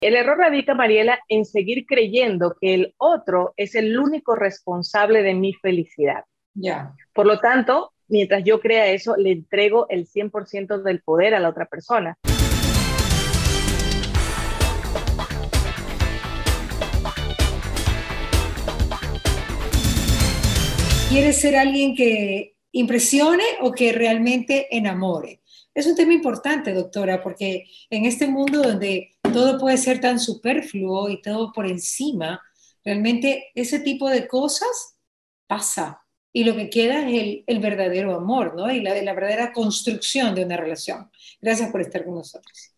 El error radica, Mariela, en seguir creyendo que el otro es el único responsable de mi felicidad. Ya. Por lo tanto, mientras yo crea eso, le entrego el 100% del poder a la otra persona. ¿Quieres ser alguien que impresione o que realmente enamore? Es un tema importante, doctora, porque en este mundo donde todo puede ser tan superfluo y todo por encima, realmente ese tipo de cosas pasa. Y lo que queda es el verdadero amor, ¿no? Y la verdadera construcción de una relación. Gracias por estar con nosotros.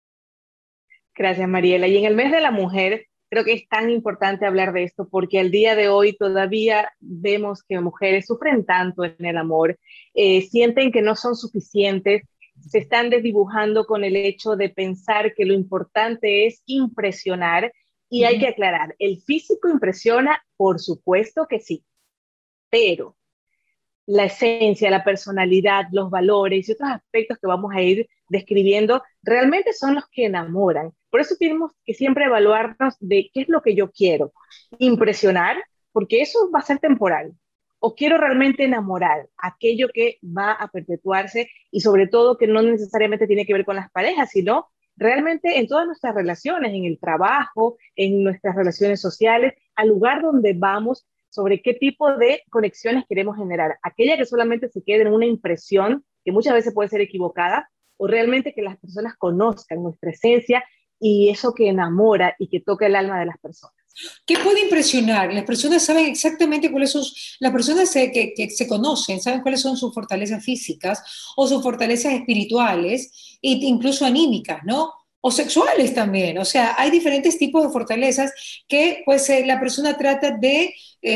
Gracias, Mariela. Y en el mes de la mujer, creo que es tan importante hablar de esto porque al día de hoy todavía vemos que mujeres sufren tanto en el amor, sienten que no son suficientes, se están desdibujando con el hecho de pensar que lo importante es impresionar. Y hay que aclarar, ¿el físico impresiona? Por supuesto que sí, pero la esencia, la personalidad, los valores y otros aspectos que vamos a ir describiendo, realmente son los que enamoran. Por eso tenemos que siempre evaluarnos de qué es lo que yo quiero. Impresionar, porque eso va a ser temporal. O quiero realmente enamorar, aquello que va a perpetuarse y sobre todo que no necesariamente tiene que ver con las parejas, sino realmente en todas nuestras relaciones, en el trabajo, en nuestras relaciones sociales, al lugar donde vamos, sobre qué tipo de conexiones queremos generar. Aquella que solamente se quede en una impresión, que muchas veces puede ser equivocada, o realmente que las personas conozcan nuestra esencia y eso que enamora y que toca el alma de las personas. ¿Qué puede impresionar? Las personas saben exactamente cuáles son, las personas que se conocen, saben cuáles son sus fortalezas físicas o sus fortalezas espirituales e incluso anímicas, ¿no? O sexuales también. O sea, hay diferentes tipos de fortalezas que pues la persona trata de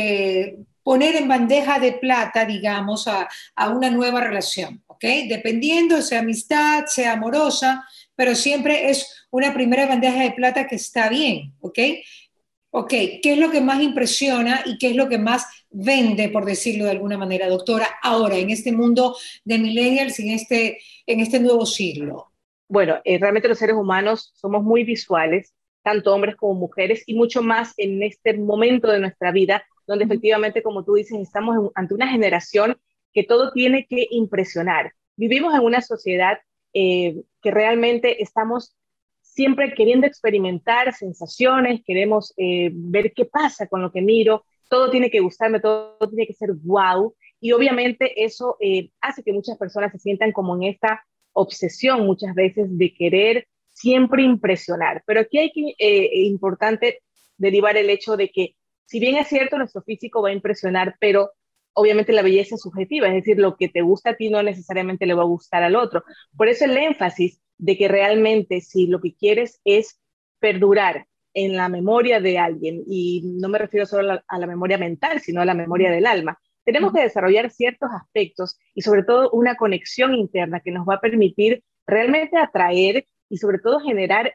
poner en bandeja de plata, digamos, a una nueva relación, ¿ok? Dependiendo, sea amistad, sea amorosa, pero siempre es una primera bandeja de plata que está bien, ¿ok? Ok, ¿qué es lo que más impresiona y qué es lo que más vende, por decirlo de alguna manera, doctora, ahora en este mundo de millennials, en este nuevo siglo? Bueno, realmente los seres humanos somos muy visuales, tanto hombres como mujeres, y mucho más en este momento de nuestra vida, donde efectivamente, como tú dices, estamos ante una generación que todo tiene que impresionar. Vivimos en una sociedad que realmente estamos siempre queriendo experimentar sensaciones, queremos ver qué pasa con lo que miro, todo tiene que gustarme, todo tiene que ser wow, y obviamente eso hace que muchas personas se sientan como en esta obsesión muchas veces de querer siempre impresionar. Pero aquí hay que, importante derivar el hecho de que, si bien es cierto, nuestro físico va a impresionar, pero obviamente la belleza es subjetiva, es decir, lo que te gusta a ti no necesariamente le va a gustar al otro. Por eso el énfasis de que realmente si lo que quieres es perdurar en la memoria de alguien, y no me refiero solo a la memoria mental, sino a la memoria del alma, tenemos que desarrollar ciertos aspectos y sobre todo una conexión interna que nos va a permitir realmente atraer y sobre todo generar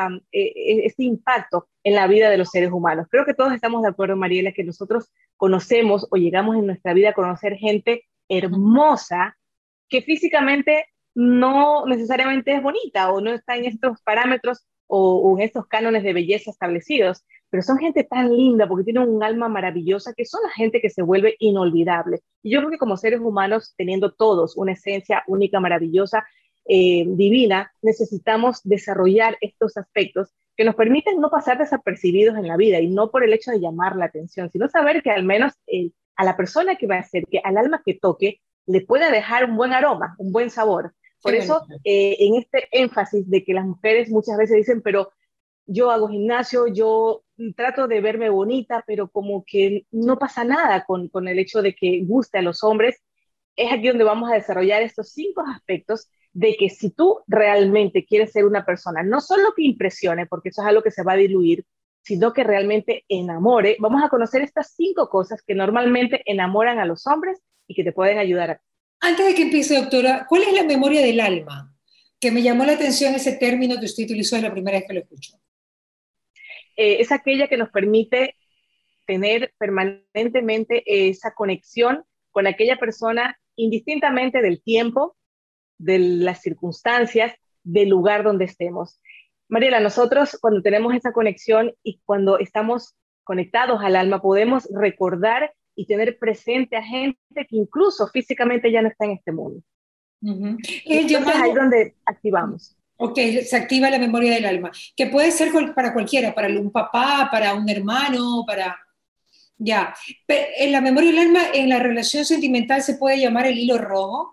este impacto en la vida de los seres humanos. Creo que todos estamos de acuerdo, Mariela, que nosotros conocemos o llegamos en nuestra vida a conocer gente hermosa que físicamente no necesariamente es bonita o no está en estos parámetros o en estos cánones de belleza establecidos, pero son gente tan linda porque tienen un alma maravillosa que son la gente que se vuelve inolvidable. Y yo creo que como seres humanos, teniendo todos una esencia única, maravillosa, divina, necesitamos desarrollar estos aspectos que nos permiten no pasar desapercibidos en la vida y no por el hecho de llamar la atención, sino saber que al menos a la persona que va a ser, que al alma que toque, le pueda dejar un buen aroma, un buen sabor. Qué Por bonito. eso, en este énfasis de que las mujeres muchas veces dicen, pero yo hago gimnasio, yo trato de verme bonita, pero como que no pasa nada con el hecho de que guste a los hombres, es aquí donde vamos a desarrollar estos 5 aspectos de que si tú realmente quieres ser una persona, no solo que impresione, porque eso es algo que se va a diluir, sino que realmente enamore, vamos a conocer estas 5 cosas que normalmente enamoran a los hombres y que te pueden ayudar a. Antes de que empiece, doctora, ¿cuál es la memoria del alma? Que me llamó la atención ese término que usted utilizó, es la primera vez que lo escucho. Es aquella que nos permite tener permanentemente esa conexión con aquella persona indistintamente del tiempo, de las circunstancias, del lugar donde estemos. Mariela, nosotros cuando tenemos esa conexión y cuando estamos conectados al alma, podemos recordar y tener presente a gente que incluso físicamente ya no está en este mundo. Ujú. Y El entonces ahí es llamado, donde activamos. ok, se activa la memoria del alma, que puede ser para cualquiera, para un papá, para un hermano, para... Ya. En la memoria del alma, en la relación sentimental se puede llamar el hilo rojo.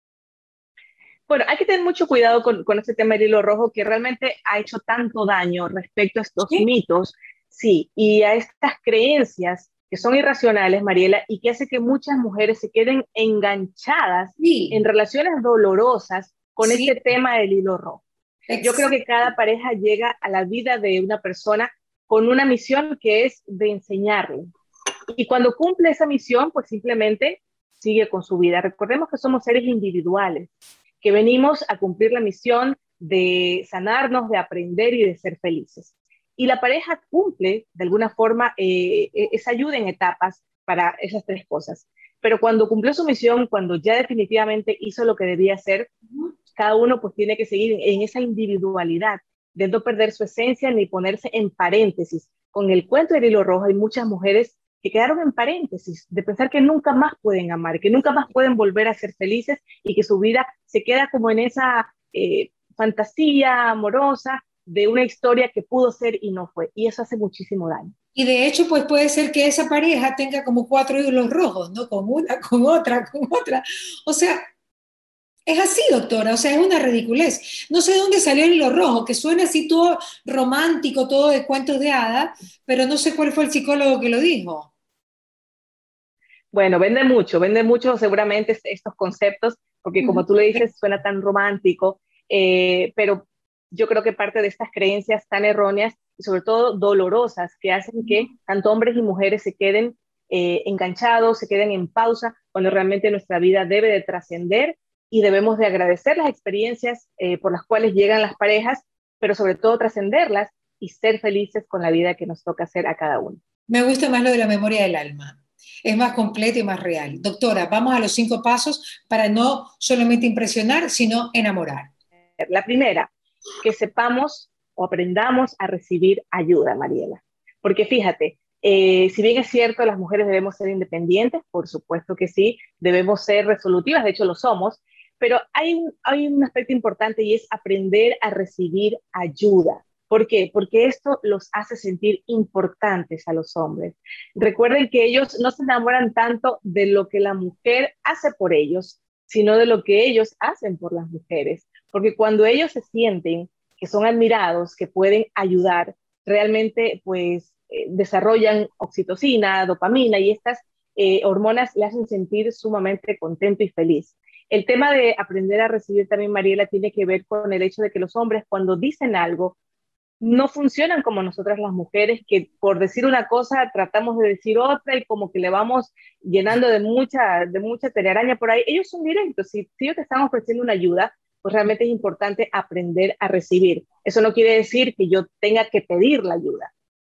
Bueno, hay que tener mucho cuidado con este tema del hilo rojo que realmente ha hecho tanto daño respecto a estos ¿Sí? mitos, sí, y a estas creencias que son irracionales, Mariela, y que hace que muchas mujeres se queden enganchadas en Sí, relaciones dolorosas con sí, este tema del hilo rojo. Yo creo que exacto. cada pareja llega a la vida de una persona con una misión que es de enseñarle. Y cuando cumple esa misión, pues simplemente sigue con su vida. Recordemos que somos seres individuales, que venimos a cumplir la misión de sanarnos, de aprender y de ser felices. Y la pareja cumple de alguna forma esa ayuda en etapas para esas tres cosas. Pero cuando cumplió su misión, cuando ya definitivamente hizo lo que debía hacer, cada uno pues tiene que seguir en esa individualidad, de no perder su esencia ni ponerse en paréntesis. Con el cuento del hilo rojo hay muchas mujeres que quedaron en paréntesis, de pensar que nunca más pueden amar, que nunca más pueden volver a ser felices y que su vida se queda como en esa fantasía amorosa de una historia que pudo ser y no fue. Y eso hace muchísimo daño. Y de hecho, pues puede ser que esa pareja tenga como cuatro hilos rojos, ¿no? Con una, con otra, con otra. O sea, es así, doctora, o sea, es una ridiculez. No sé de dónde salió el hilo rojo, que suena así todo romántico, todo de cuentos de hadas, pero no sé cuál fue el psicólogo que lo dijo. Bueno, vende mucho seguramente estos conceptos, porque Ujú. como tú le dices, suena tan romántico, pero yo creo que parte de estas creencias tan erróneas y sobre todo dolorosas que hacen que tanto hombres y mujeres se queden enganchados, se queden en pausa, cuando realmente nuestra vida debe de trascender y debemos de agradecer las experiencias por las cuales llegan las parejas, pero sobre todo trascenderlas y ser felices con la vida que nos toca hacer a cada uno. Me gusta más lo de la memoria del alma. Es más completo y más real. Doctora, vamos a los 5 pasos para no solamente impresionar, sino enamorar. La primera, que sepamos o aprendamos a recibir ayuda, Mariela. Porque fíjate, si bien es cierto, las mujeres debemos ser independientes, por supuesto que sí, debemos ser resolutivas, de hecho lo somos, pero hay un aspecto importante y es aprender a recibir ayuda. ¿Por qué? Porque esto los hace sentir importantes a los hombres. Recuerden que ellos no se enamoran tanto de lo que la mujer hace por ellos, sino de lo que ellos hacen por las mujeres. Porque cuando ellos se sienten que son admirados, que pueden ayudar, realmente pues desarrollan oxitocina, dopamina y estas hormonas le hacen sentir sumamente contento y feliz. El tema de aprender a recibir también, Mariela, tiene que ver con el hecho de que los hombres cuando dicen algo no funcionan como nosotras las mujeres, que por decir una cosa tratamos de decir otra y como que le vamos llenando de mucha telaraña por ahí. Ellos son directos. Si ellos te están ofreciendo una ayuda, pues realmente es importante aprender a recibir. Eso no quiere decir que yo tenga que pedir la ayuda.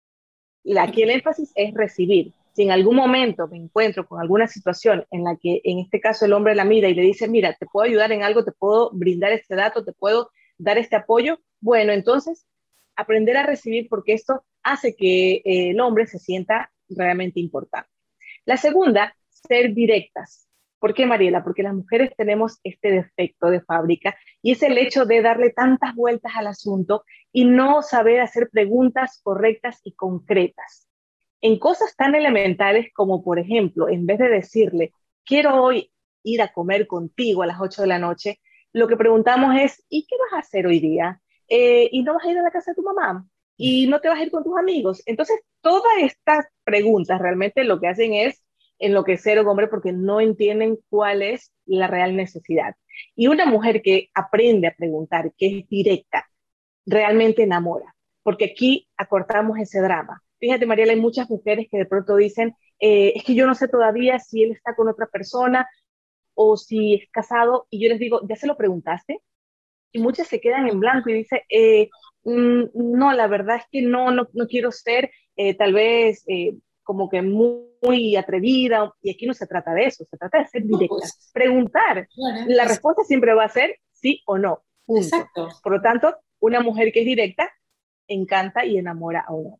Aquí el énfasis es recibir. Si en algún momento me encuentro con alguna situación en la que en este caso el hombre la mira y le dice, mira, te puedo ayudar en algo, te puedo brindar este dato, te puedo dar este apoyo, bueno, entonces aprender a recibir porque esto hace que el hombre se sienta realmente importante. La segunda, ser directas. ¿Por qué, Mariela? Porque las mujeres tenemos este defecto de fábrica y es el hecho de darle tantas vueltas al asunto y no saber hacer preguntas correctas y concretas. En cosas tan elementales como, por ejemplo, en vez de decirle, quiero hoy ir a comer contigo a las 8 de la noche, lo que preguntamos es, ¿y qué vas a hacer hoy día? ¿Y no vas a ir a la casa de tu mamá? ¿Y no te vas a ir con tus amigos? Entonces, todas estas preguntas realmente lo que hacen es enloquecer a un hombre porque no entienden cuál es la real necesidad. Y una mujer que aprende a preguntar, que es directa, realmente enamora, porque aquí acortamos ese drama. Fíjate, Mariela, hay muchas mujeres que de pronto dicen, es que yo no sé todavía si él está con otra persona o si es casado, y yo les digo, ¿ya se lo preguntaste? Y muchas se quedan en blanco y dicen, no, la verdad es que no quiero ser tal vez como que muy atrevida, y aquí no se trata de eso, se trata de ser No, directa, pues, preguntar. claro, La respuesta siempre va a ser sí o no, punto. exacto. Por lo tanto, una mujer que es directa encanta y enamora a un hombre.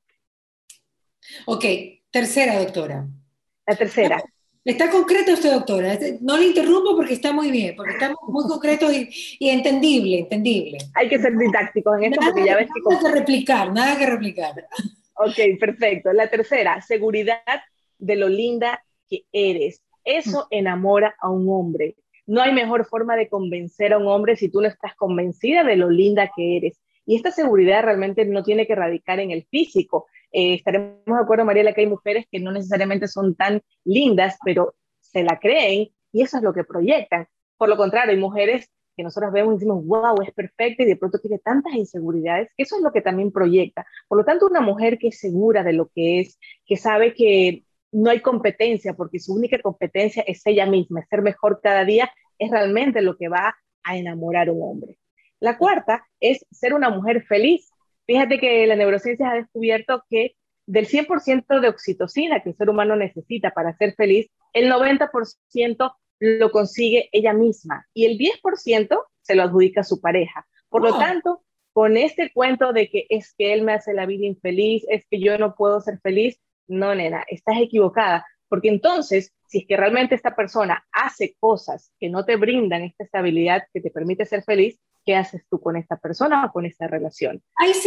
Ok, tercera, doctora. La tercera, Está concreto usted, doctora. No le interrumpo porque está muy bien, porque estamos muy concretos y entendible, entendible. hay que ser didácticos en esto Nada, porque ya ves que... nada que replicar, nada que replicar. Ok, perfecto. La tercera, seguridad de lo linda que eres. Eso enamora a un hombre. No hay mejor forma de convencer a un hombre si tú no estás convencida de lo linda que eres. Y esta seguridad realmente no tiene que radicar en el físico. Estaremos de acuerdo, Mariela, que hay mujeres que no necesariamente son tan lindas, pero se la creen y eso es lo que proyectan. Por lo contrario, hay mujeres que nosotros vemos y decimos, wow, es perfecta y de pronto tiene tantas inseguridades, que eso es lo que también proyecta. Por lo tanto, una mujer que es segura de lo que es, que sabe que no hay competencia, porque su única competencia es ella misma, es ser mejor cada día, es realmente lo que va a enamorar a un hombre. La cuarta es ser una mujer feliz. Fíjate que la neurociencia ha descubierto que del 100% de oxitocina que el ser humano necesita para ser feliz, el 90% lo consigue ella misma y el 10% se lo adjudica a su pareja. Por lo tanto, con este cuento de que es que él me hace la vida infeliz, es que yo no puedo ser feliz, no, nena, estás equivocada, porque entonces, si es que realmente esta persona hace cosas que no te brindan esta estabilidad que te permite ser feliz, ¿qué haces tú con esta persona o con esta relación?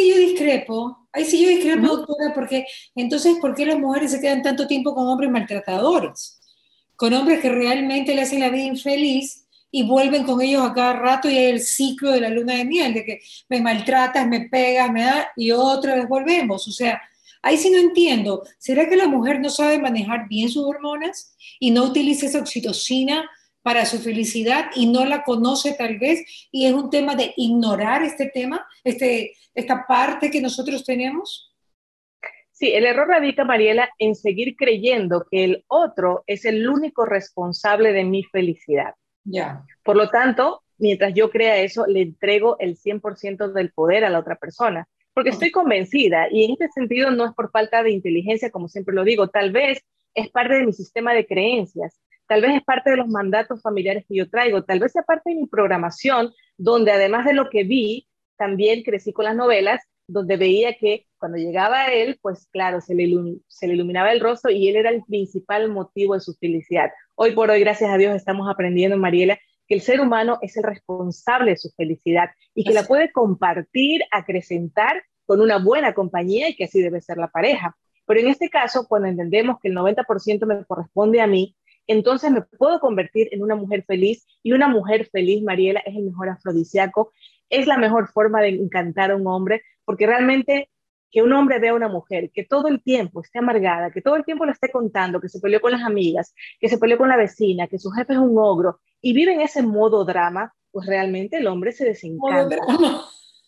Ahí sí yo discrepo, doctora, porque entonces, ¿por qué las mujeres se quedan tanto tiempo con hombres maltratadores? Con hombres que realmente le hacen la vida infeliz y vuelven con ellos a cada rato y hay el ciclo de la luna de miel, de que me maltratas, me pegas, me da, y otra vez volvemos. O sea, ahí sí no entiendo. ¿Será que la mujer no sabe manejar bien sus hormonas y no utiliza esa oxitocina para su felicidad y no la conoce tal vez? Y es un tema de ignorar este tema, esta parte que nosotros tenemos. Sí, el error radica, Mariela, en seguir creyendo que el otro es el único responsable de mi felicidad. Ya. Por lo tanto, mientras yo crea eso, le entrego el 100% del poder a la otra persona, porque Okay. estoy convencida y en este sentido no es por falta de inteligencia, como siempre lo digo, tal vez es parte de mi sistema de creencias, tal vez es parte de los mandatos familiares que yo traigo, tal vez sea parte de mi programación, donde además de lo que vi, también crecí con las novelas, donde veía que cuando llegaba a él, pues claro, se le iluminaba el rostro y él era el principal motivo de su felicidad. Hoy por hoy, gracias a Dios, estamos aprendiendo, Mariela, que el ser humano es el responsable de su felicidad y que la Así. puede compartir, acrecentar con una buena compañía y que así debe ser la pareja. Pero en este caso, cuando entendemos que el 90% me corresponde a mí, entonces me puedo convertir en una mujer feliz y una mujer feliz, Mariela, es el mejor afrodisíaco, es la mejor forma de encantar a un hombre, porque realmente que un hombre vea a una mujer que todo el tiempo esté amargada, que todo el tiempo le esté contando, que se peleó con las amigas, que se peleó con la vecina, que su jefe es un ogro, y vive en ese modo drama, pues realmente el hombre se desencanta. Monodrama.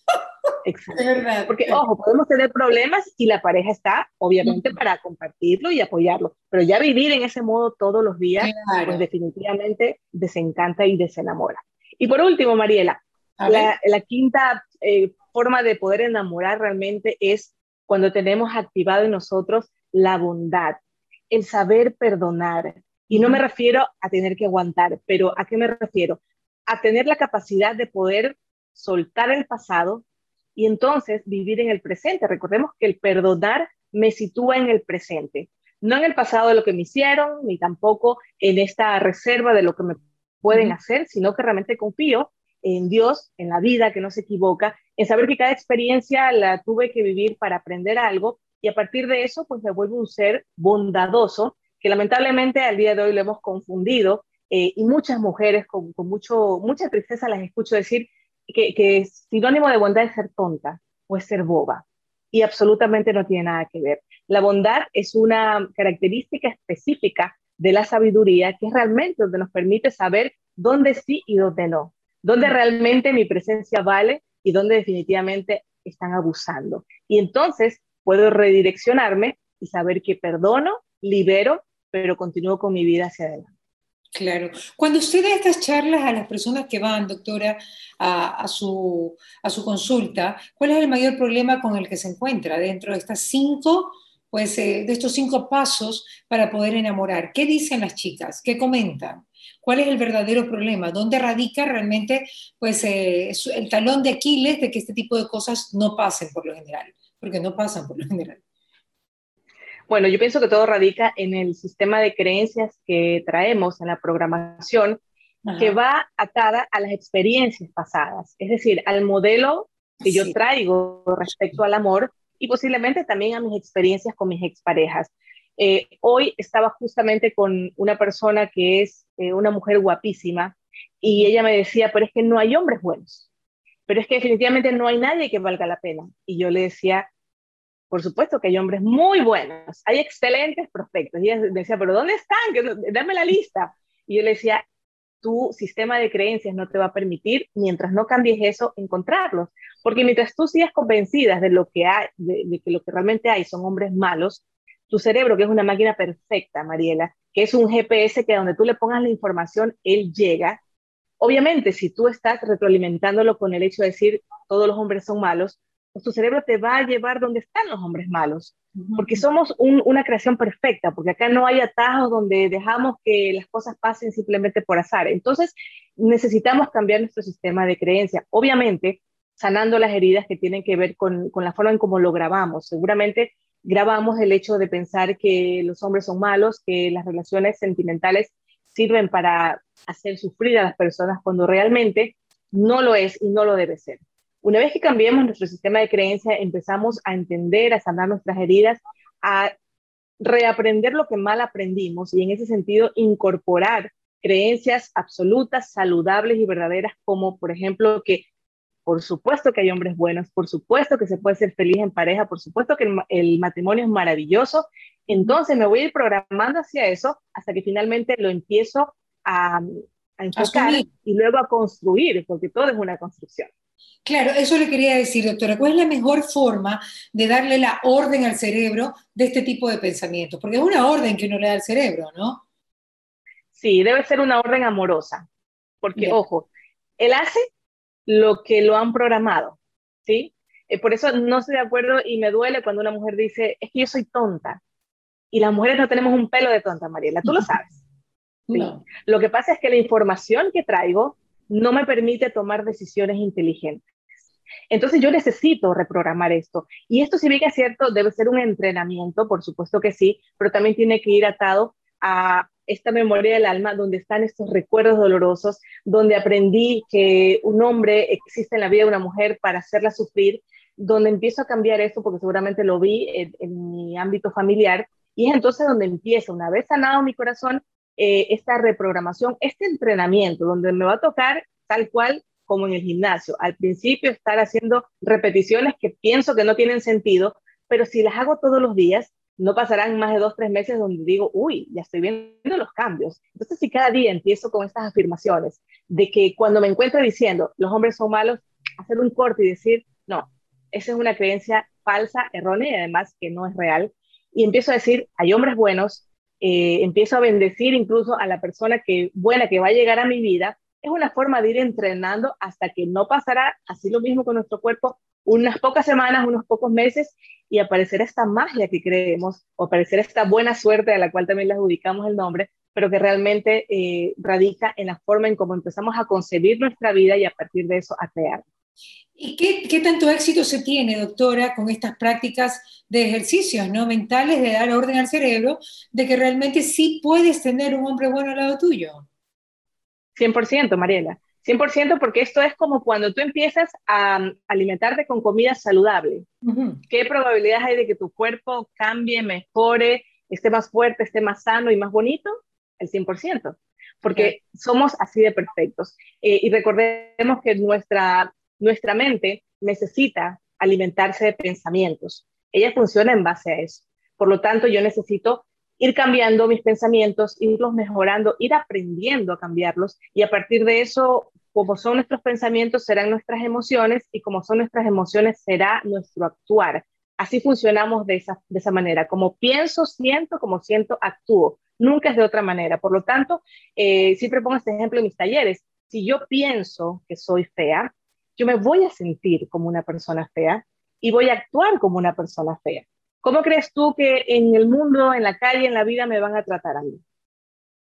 Es Exacto. verdad. Porque, ojo, podemos tener problemas y la pareja está, obviamente, para compartirlo y apoyarlo, pero ya vivir en ese modo todos los días, pues Claro. definitivamente desencanta y desenamora. Y por último, Mariela, A ver. la quinta forma de poder enamorar realmente es cuando tenemos activado en nosotros la bondad, el saber perdonar. Y no me Ujú. refiero a tener que aguantar, pero ¿a qué me refiero? A tener la capacidad de poder soltar el pasado y entonces vivir en el presente. Recordemos que el perdonar me sitúa en el presente, no en el pasado de lo que me hicieron, ni tampoco en esta reserva de lo que me pueden Ujú. hacer, sino que realmente confío en Dios, en la vida que no se equivoca, en saber que cada experiencia la tuve que vivir para aprender algo y a partir de eso pues me vuelvo un ser bondadoso que lamentablemente al día de hoy lo hemos confundido y muchas mujeres con mucha tristeza las escucho decir que sinónimo de bondad es ser tonta o es ser boba. Y absolutamente no tiene nada que ver. La bondad es una característica específica de la sabiduría que es realmente donde nos permite saber dónde sí y dónde no. Dónde realmente mi presencia vale y dónde definitivamente están abusando. Y entonces puedo redireccionarme y saber que perdono, libero, pero continúo con mi vida hacia adelante. Claro. Cuando usted da estas charlas a las personas que van, doctora, a su consulta, ¿cuál es el mayor problema con el que se encuentra dentro de estas cinco, pues, de estos cinco pasos para poder enamorar? ¿Qué dicen las chicas? ¿Qué comentan? cuál es el verdadero problema, dónde radica realmente pues, el talón de Aquiles de que este tipo de cosas no pasen por lo general, porque no pasan por lo general. Bueno, yo pienso que todo radica en el sistema de creencias que traemos en la programación, que Ajá, va atada a las experiencias pasadas, es decir, al modelo que yo sí. traigo respecto al amor y posiblemente también a mis experiencias con mis exparejas. Hoy estaba justamente con una persona que es una mujer guapísima y ella me decía, pero es que no hay hombres buenos, pero es que definitivamente no hay nadie que valga la pena. Y yo le decía, por supuesto que hay hombres muy buenos, hay excelentes prospectos. Y ella decía, pero ¿dónde están? Dame la lista. Y yo le decía, tu sistema de creencias no te va a permitir, mientras no cambies eso, encontrarlos. Porque mientras tú sigas convencida de lo que hay, de que lo que realmente hay son hombres malos, tu cerebro, que es una máquina perfecta, Mariela, que es un GPS que donde tú le pongas la información, él llega. Obviamente, si tú estás retroalimentándolo con el hecho de decir todos los hombres son malos, pues tu cerebro te va a llevar donde están los hombres malos, porque Ujú. somos una creación perfecta, porque acá no hay atajos donde dejamos que las cosas pasen simplemente por azar. Entonces, necesitamos cambiar nuestro sistema de creencia, obviamente sanando las heridas que tienen que ver con la forma en cómo lo grabamos. Seguramente grabamos el hecho de pensar que los hombres son malos, que las relaciones sentimentales sirven para hacer sufrir a las personas cuando realmente no lo es y no lo debe ser. Una vez que cambiemos nuestro sistema de creencia, empezamos a entender, a sanar nuestras heridas, a reaprender lo que mal aprendimos y en ese sentido incorporar creencias absolutas, saludables y verdaderas, como por ejemplo que por supuesto que hay hombres buenos, por supuesto que se puede ser feliz en pareja, por supuesto que el matrimonio es maravilloso. Entonces me voy a ir programando hacia eso hasta que finalmente lo empiezo a enfocar Asumir. y luego a construir, porque todo es una construcción. Claro, eso le quería decir, doctora. ¿Cuál es la mejor forma de darle la orden al cerebro de este tipo de pensamientos? Porque es una orden que uno le da al cerebro, ¿no? Sí, debe ser una orden amorosa, porque Ya. ojo, él hace lo que lo han programado, ¿sí? Por eso no estoy de acuerdo y me duele cuando una mujer dice, es que yo soy tonta. Y las mujeres no tenemos un pelo de tonta, Mariela, tú lo sabes. ¿Sí? No. Lo que pasa es que la información que traigo no me permite tomar decisiones inteligentes. Entonces yo necesito reprogramar esto. Y esto, si bien es cierto, debe ser un entrenamiento, por supuesto que sí, pero también tiene que ir atado a esta memoria del alma donde están estos recuerdos dolorosos, donde aprendí que un hombre existe en la vida de una mujer para hacerla sufrir, donde empiezo a cambiar esto porque seguramente lo vi en mi ámbito familiar. Y es entonces donde empieza, una vez sanado mi corazón, esta reprogramación, este entrenamiento, donde me va a tocar tal cual como en el gimnasio. Al principio estar haciendo repeticiones que pienso que no tienen sentido, pero si las hago todos los días, no pasarán más de 2, 3 meses donde digo, uy, ya estoy viendo los cambios. Entonces, si cada día empiezo con estas afirmaciones de que cuando me encuentro diciendo los hombres son malos, hacer un corte y decir, no, esa es una creencia falsa, errónea y además que no es real. Y empiezo a decir, hay hombres buenos, empiezo a bendecir incluso a la persona que buena que va a llegar a mi vida, es una forma de ir entrenando hasta que no pasará así lo mismo con nuestro cuerpo, unas pocas semanas, unos pocos meses, y aparecerá esta magia que creemos, o aparecerá esta buena suerte a la cual también le adjudicamos el nombre, pero que realmente radica en la forma en cómo empezamos a concebir nuestra vida y a partir de eso a crear. ¿Y qué tanto éxito se tiene, doctora, con estas prácticas de ejercicios, ¿no? Mentales, de dar orden al cerebro, de que realmente sí puedes tener un hombre bueno al lado tuyo? 100%, Mariela. 100% porque esto es como cuando tú empiezas a alimentarte con comida saludable. Ujú. ¿Qué probabilidades hay de que tu cuerpo cambie, mejore, esté más fuerte, esté más sano y más bonito? El 100%, Claro. porque somos así de perfectos. Y recordemos que nuestra mente necesita alimentarse de pensamientos. Ella funciona en base a eso. Por lo tanto, yo necesito ir cambiando mis pensamientos, irlos mejorando, ir aprendiendo a cambiarlos y a partir de eso, como son nuestros pensamientos, serán nuestras emociones y como son nuestras emociones, será nuestro actuar. Así funcionamos de esa manera. Como pienso, siento, como siento, actúo. Nunca es de otra manera. Por lo tanto, siempre pongo este ejemplo en mis talleres. Si yo pienso que soy fea, yo me voy a sentir como una persona fea y voy a actuar como una persona fea. ¿Cómo crees tú que en el mundo, en la calle, en la vida me van a tratar a mí?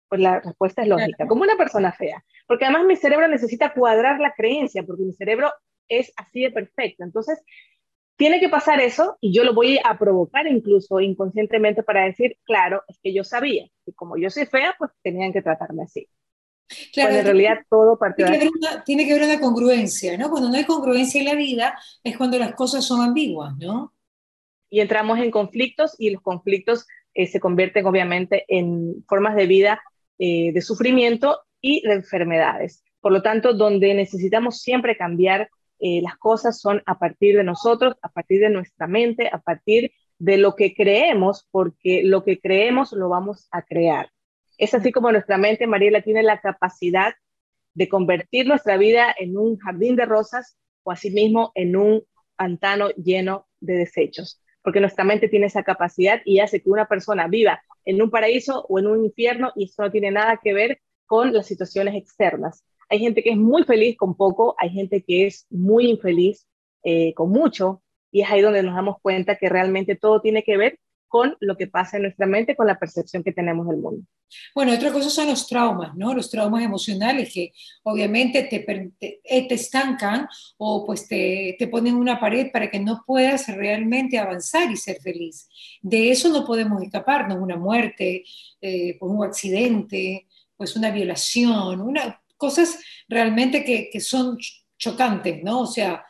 Pues la respuesta es lógica, como una persona fea. Porque además mi cerebro necesita cuadrar la creencia, porque mi cerebro es así de perfecto. Entonces, tiene que pasar eso y yo lo voy a provocar incluso inconscientemente para decir, claro, es que yo sabía que como yo soy fea, pues tenían que tratarme así. Claro, Cuando en realidad todo partió de ahí. tiene que haber una congruencia, ¿no? Cuando no hay congruencia en la vida es cuando las cosas son ambiguas, ¿no? Y entramos en conflictos y los conflictos se convierten obviamente en formas de vida de sufrimiento y de enfermedades. Por lo tanto, donde necesitamos siempre cambiar las cosas son a partir de nosotros, a partir de nuestra mente, a partir de lo que creemos, porque lo que creemos lo vamos a crear. Es así como nuestra mente, Mariela, tiene la capacidad de convertir nuestra vida en un jardín de rosas o asimismo en un pantano lleno de desechos, porque nuestra mente tiene esa capacidad y hace que una persona viva en un paraíso o en un infierno, y esto no tiene nada que ver con las situaciones externas. Hay gente que es muy feliz con poco, hay gente que es muy infeliz con mucho, y es ahí donde nos damos cuenta que realmente todo tiene que ver con lo que pasa en nuestra mente, con la percepción que tenemos del mundo. Bueno, otra cosa son los traumas, ¿no? Los traumas emocionales que obviamente te estancan o pues te ponen una pared para que no puedas realmente avanzar y ser feliz. De eso no podemos escaparnos, una muerte, pues un accidente, pues una violación, cosas realmente que son chocantes, ¿no? O sea,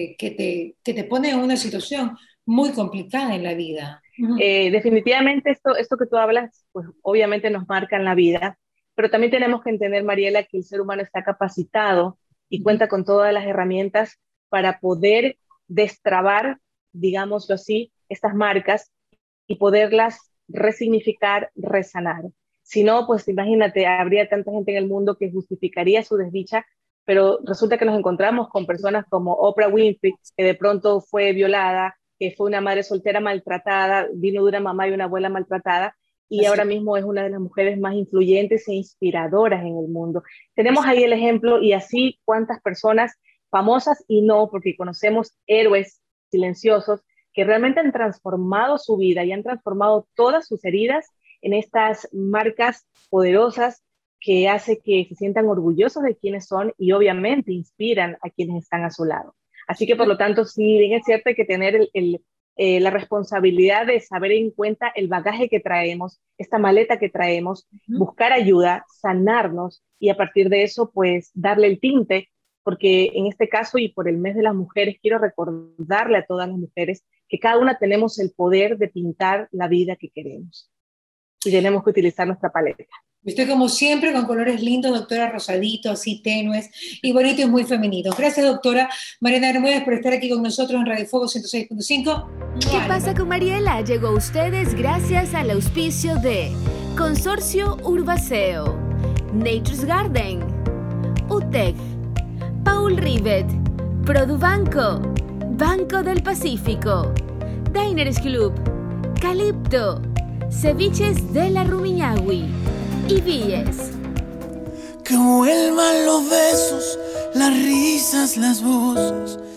que te ponen en una situación muy complicada en la vida. Definitivamente esto que tú hablas, pues obviamente nos marca en la vida, pero también tenemos que entender, Mariela, que el ser humano está capacitado y cuenta con todas las herramientas para poder destrabar, digámoslo así, estas marcas y poderlas resignificar, resanar. Si no, pues imagínate, habría tanta gente en el mundo que justificaría su desdicha, pero resulta que nos encontramos con personas como Oprah Winfrey, que de pronto fue violada, que fue una madre soltera maltratada, vino de una mamá y una abuela maltratada, y Así, ahora mismo es una de las mujeres más influyentes e inspiradoras en el mundo. Tenemos ahí el ejemplo, y así cuántas personas famosas y no, porque conocemos héroes silenciosos que realmente han transformado su vida y han transformado todas sus heridas en estas marcas poderosas que hace que se sientan orgullosos de quienes son y obviamente inspiran a quienes están a su lado. Así que por lo tanto, sí, bien es cierto, hay que tener la responsabilidad de saber en cuenta el bagaje que traemos, esta maleta que traemos, buscar ayuda, sanarnos y a partir de eso, pues darle el tinte, porque en este caso y por el mes de las mujeres, quiero recordarle a todas las mujeres que cada una tenemos el poder de pintar la vida que queremos y tenemos que utilizar nuestra paleta. Estoy como siempre con colores lindos, doctora, rosadito, así tenues y bonito y muy femenino. Gracias, doctora Mariana Bermúdez, por estar aquí con nosotros en Radio Fuego 106.5. ¿Qué pasa con Mariela? Llegó a ustedes gracias al auspicio de Consorcio Urbaceo, Nature's Garden, UTEC, Paul Rivet, Produbanco, Banco del Pacífico, Diners Club, Calipto, Ceviches de la Rumiñahui y Villes. Que vuelvan los besos, las risas, las voces